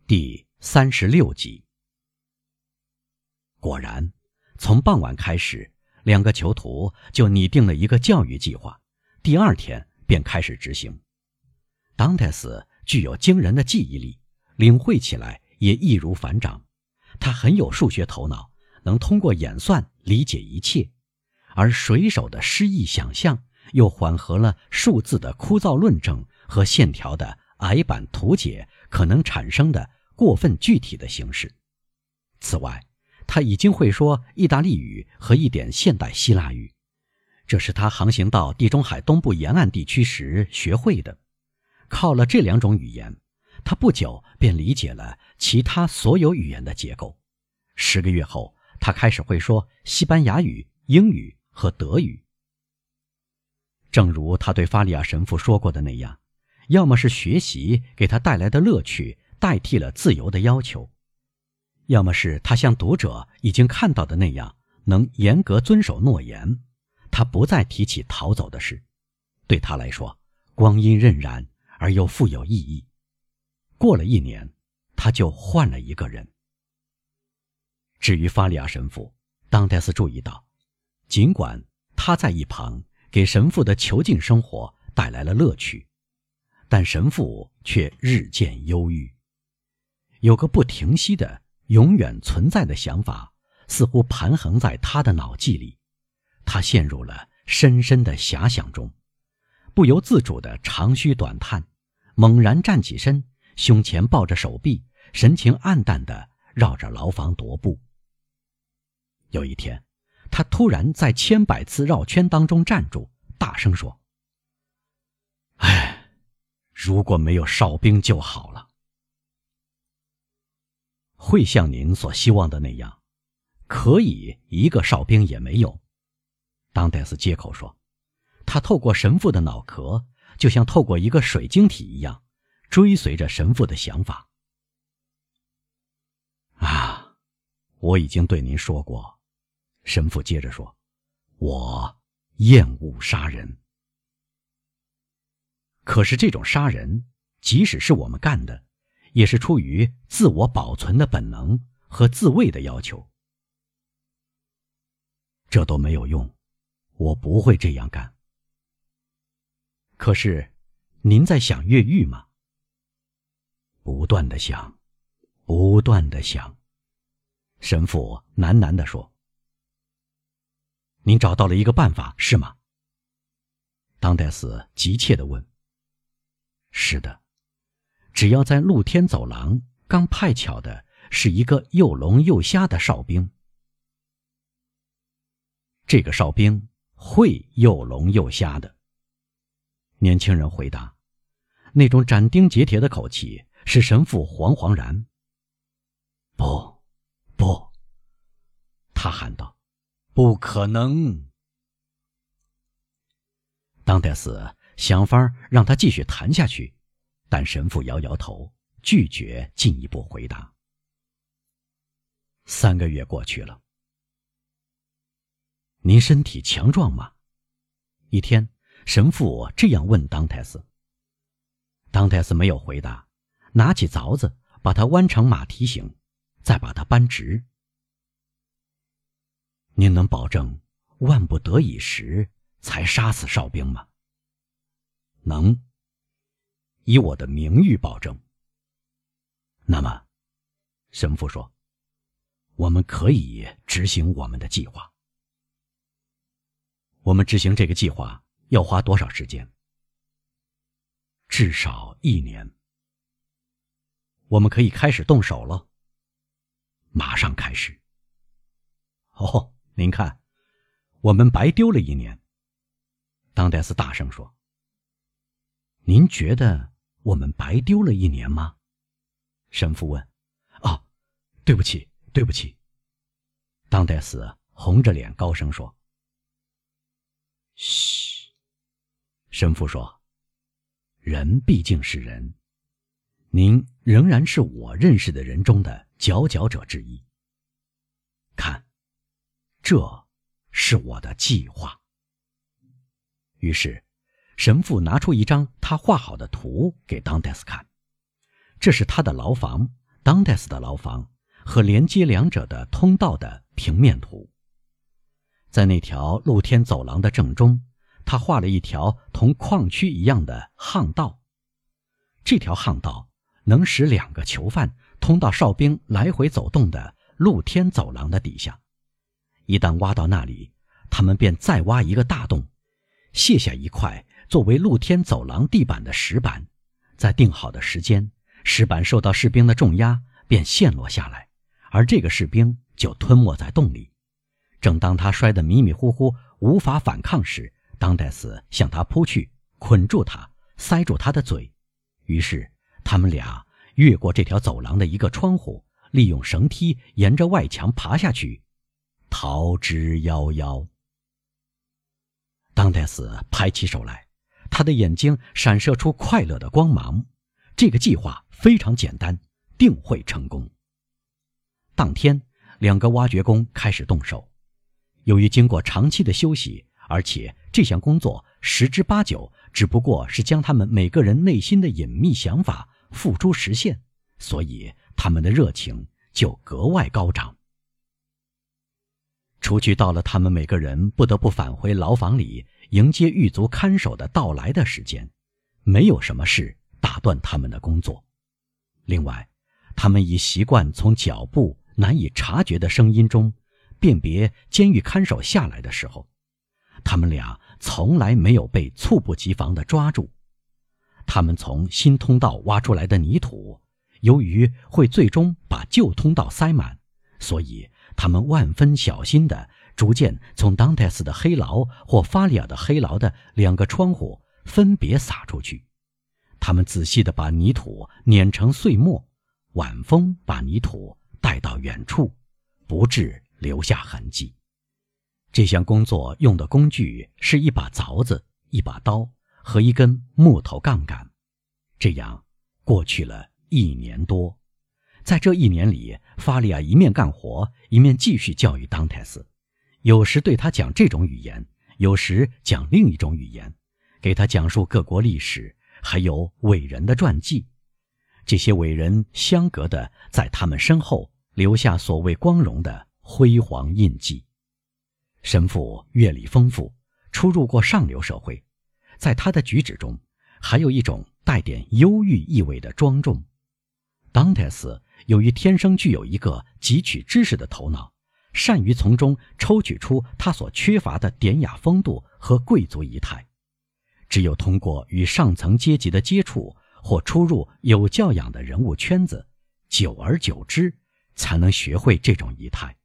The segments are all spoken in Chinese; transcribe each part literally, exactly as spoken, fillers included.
第三十六集。果然，从傍晚开始，两个囚徒就拟定了一个教育计划，第二天便开始执行。当泰斯具有惊人的记忆力，领会起来也易如反掌。他很有数学头脑，能通过演算理解一切，而水手的诗意想象又缓和了数字的枯燥论证和线条的矮板图解可能产生的过分具体的形式。此外，他已经会说意大利语和一点现代希腊语，这是他航行到地中海东部沿岸地区时学会的。靠了这两种语言，他不久便理解了其他所有语言的结构。十个月后，他开始会说西班牙语、英语和德语。正如他对法利亚神父说过的那样，要么是学习给他带来的乐趣代替了自由的要求，要么是他像读者已经看到的那样能严格遵守诺言，他不再提起逃走的事。对他来说，光阴荏苒而又富有意义。过了一年，他就换了一个人。至于法利亚神父，当戴斯注意到，尽管他在一旁给神父的囚禁生活带来了乐趣，但神父却日渐忧郁。有个不停息的、永远存在的想法似乎盘横在他的脑际里，他陷入了深深的遐想中，不由自主地长吁短叹，猛然站起身，胸前抱着手臂，神情暗淡地绕着牢房踱步。有一天，他突然在千百次绕圈当中站住，大声说：唉，如果没有哨兵就好了。会像您所希望的那样，可以一个哨兵也没有。当戴斯接口说，他透过神父的脑壳，就像透过一个水晶体一样，追随着神父的想法。啊，我已经对您说过，神父接着说，我厌恶杀人。可是这种杀人，即使是我们干的，也是出于自我保存的本能和自卫的要求。这都没有用，我不会这样干。可是，您在想越狱吗？不断地想，不断地想。神父喃喃地说。您找到了一个办法，是吗？当戴斯急切地问。是的，只要在露天走廊刚派巧的是一个又聋又瞎的哨兵。这个哨兵会又聋又瞎的。年轻人回答，那种斩钉截铁的口气使神父惶惶然。不，不，他喊道，不可能。当戴斯想法让他继续谈下去，但神父摇摇头，拒绝进一步回答。三个月过去了。您身体强壮吗？一天，神父这样问当泰斯。当泰斯没有回答，拿起凿子，把它弯成马蹄形，再把它扳直。您能保证万不得已时才杀死哨兵吗？能，以我的名誉保证。那么，神父说，我们可以执行我们的计划。我们执行这个计划要花多少时间？至少一年。我们可以开始动手了。马上开始。哦，您看，我们白丢了一年。当戴斯大声说。您觉得我们白丢了一年吗？神父问。哦，对不起，对不起。当戴斯红着脸高声说。嘘，神父说，人毕竟是人，您仍然是我认识的人中的佼佼者之一。看，这是我的计划。于是，神父拿出一张他画好的图给当戴斯看，这是他的牢房， 当代斯的牢房和连接两者的通道的平面图。在那条露天走廊的正中，他画了一条同矿区一样的巷道。这条巷道能使两个囚犯通到哨兵来回走动的露天走廊的底下。一旦挖到那里，他们便再挖一个大洞，卸下一块作为露天走廊地板的石板，在定好的时间，石板受到士兵的重压便陷落下来，而这个士兵就吞没在洞里。正当他摔得迷迷糊糊无法反抗时，当代斯向他扑去，捆住他，塞住他的嘴。于是他们俩越过这条走廊的一个窗户，利用绳梯沿着外墙爬下去，逃之夭夭。当代斯拍起手来，他的眼睛闪射出快乐的光芒。这个计划非常简单，定会成功。当天，两个挖掘工开始动手。由于经过长期的休息，而且这项工作十之八九只不过是将他们每个人内心的隐秘想法付诸实现，所以他们的热情就格外高涨。除去到了他们每个人不得不返回牢房里迎接狱卒看守的到来的时间，没有什么事打断他们的工作。另外，他们已习惯从脚步难以察觉的声音中辨别监狱看守下来的时候。他们俩从来没有被猝不及防地抓住。他们从新通道挖出来的泥土，由于会最终把旧通道塞满，所以他们万分小心地逐渐从当代斯的黑牢或法利亚的黑牢的两个窗户分别撒出去。他们仔细地把泥土碾成碎末，晚风把泥土带到远处，不致留下痕迹。这项工作用的工具是一把凿子、一把刀和一根木头杠杆。这样过去了一年多。在这一年里，法利亚一面干活，一面继续教育当泰斯，有时对他讲这种语言，有时讲另一种语言，给他讲述各国历史，还有伟人的传记。这些伟人相隔的在他们身后留下所谓光荣的辉煌印记。神父阅历丰富，出入过上流社会，在他的举止中还有一种带点忧郁意味的庄重。当泰斯由于天生具有一个汲取知识的头脑，善于从中抽取出他所缺乏的典雅风度和贵族仪态。只有通过与上层阶级的接触，或出入有教养的人物圈子，久而久之才能学会这种仪态。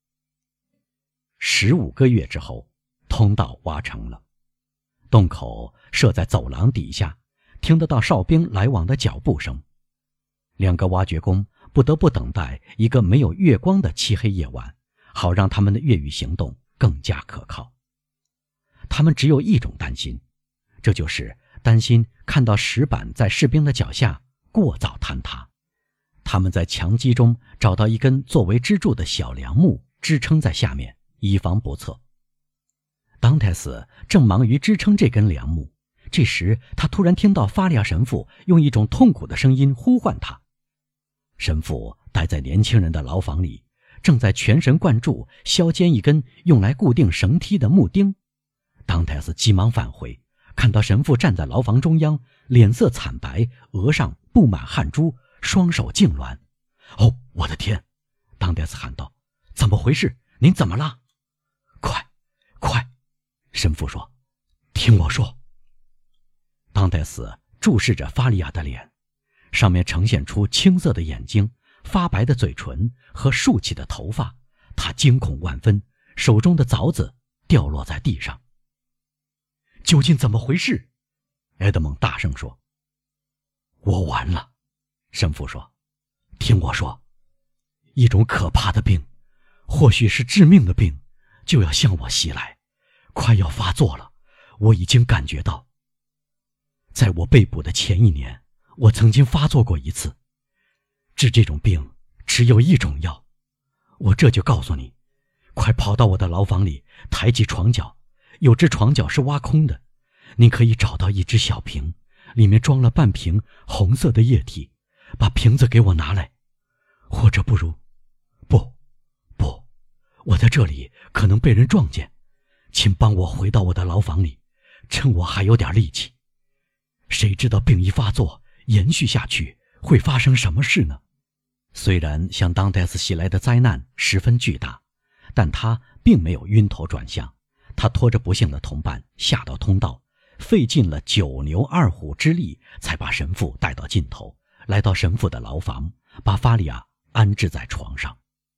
十五个月之后，通道挖成了，洞口设在走廊底下，听得到哨兵来往的脚步声。两个挖掘工不得不等待一个没有月光的漆黑夜晚，好让他们的越狱行动更加可靠。他们只有一种担心，这就是担心看到石板在士兵的脚下过早坍塌。他们在墙基中找到一根作为支柱的小梁木，支撑在下面，以防不测。当泰斯正忙于支撑这根梁木，这时他突然听到法利亚神父用一种痛苦的声音呼唤他。神父待在年轻人的牢房里，正在全神贯注削尖一根用来固定绳梯的木钉。当泰斯急忙返回，看到神父站在牢房中央，脸色惨白，额上布满汗珠，双手痉挛。哦，我的天！当泰斯喊道，怎么回事？您怎么了？快快，神父说，听我说。当泰斯注视着法利亚的脸，上面呈现出青色的眼睛、发白的嘴唇和竖起的头发。他惊恐万分，手中的凿子掉落在地上。究竟怎么回事？埃德蒙大声说。我完了，神父说，听我说，一种可怕的病，或许是致命的病，就要向我袭来，快要发作了，我已经感觉到。在我被捕的前一年，我曾经发作过一次。治这种病只有一种药，我这就告诉你，快跑到我的牢房里，抬起床脚，有只床脚是挖空的，你可以找到一只小瓶，里面装了半瓶红色的液体，把瓶子给我拿来。 或者不如……不，不，我在这里可能被人撞见，请帮我回到我的牢房里，趁我还有点力气。谁知道病一发作，延续下去，会发生什么事呢？”虽然向当代斯袭来的灾难十分巨大，但他并没有晕头转向。他拖着不幸的同伴下到通道，费尽了九牛二虎之力，才把神父带到尽头，来到神父的牢房，把法利亚安置在床上。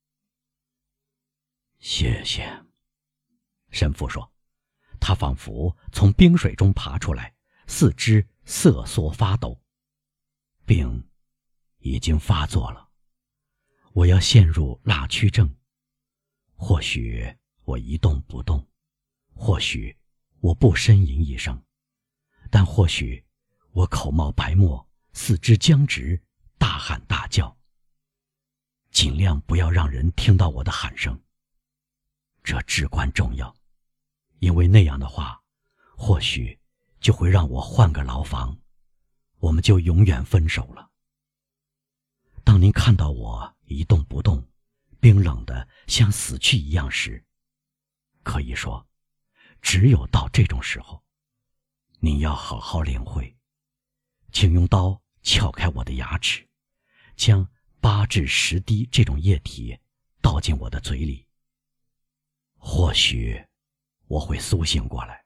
谢谢，神父说。他仿佛从冰水中爬出来，四肢瑟缩发抖。病已经发作了，我要陷入蜡躯症。或许我一动不动，或许我不呻吟一声，但或许我口冒白沫，四肢僵直，大喊大叫。尽量不要让人听到我的喊声，这至关重要，因为那样的话，或许就会让我换个牢房，我们就永远分手了。当您看到我一动不动，冰冷的像死去一样时，可以说，只有到这种时候，您要好好领会。请用刀撬开我的牙齿，将八至十滴这种液体倒进我的嘴里。或许我会苏醒过来。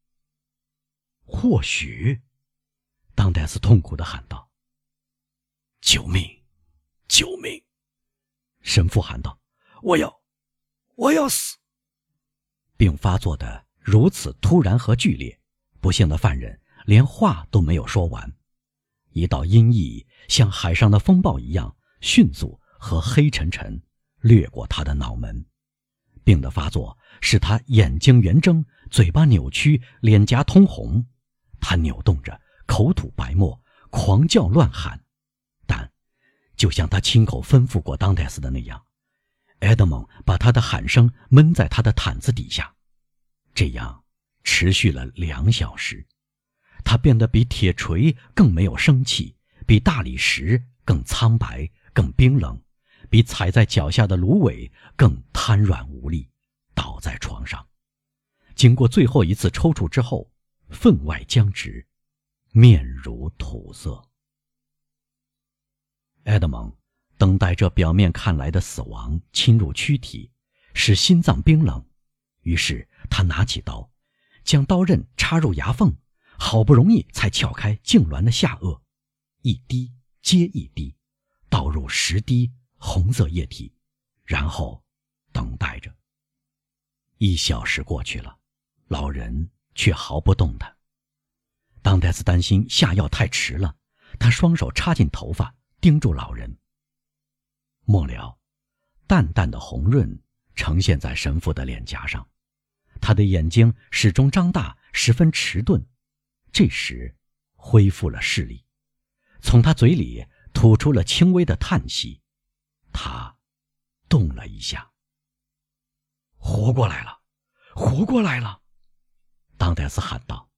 或许，当戴斯痛苦地喊道：“救命！救命！”神父喊道：“我要，我要死！”病发作的如此突然和剧烈，不幸的犯人连话都没有说完，一道阴翳像海上的风暴一样迅速和黑沉沉掠过他的脑门。病的发作使他眼睛圆睁，嘴巴扭曲，脸颊通红。他扭动着，口吐白沫，狂叫乱喊。但就像他亲口吩咐过当戴斯的那样，埃德蒙把他的喊声闷在他的毯子底下。这样持续了两小时。他变得比铁锤更没有生气，比大理石更苍白，更冰冷，比踩在脚下的芦苇更瘫软无力，倒在床上。经过最后一次抽搐之后，分外僵直，面如土色。埃德蒙等待着表面看来的死亡侵入躯体，使心脏冰冷。于是他拿起刀，将刀刃插入牙缝，好不容易才撬开痉挛的下颚，一滴接一滴倒入十滴红色液体，然后等待着。一小时过去了，老人却毫不动弹。当戴斯担心下药太迟了，他双手插进头发，盯住老人。末了，淡淡的红润呈现在神父的脸颊上，他的眼睛始终张大，十分迟钝。这时恢复了视力，从他嘴里吐出了轻微的叹息。他动了一下。活过来了，活过来了！当戴斯喊道。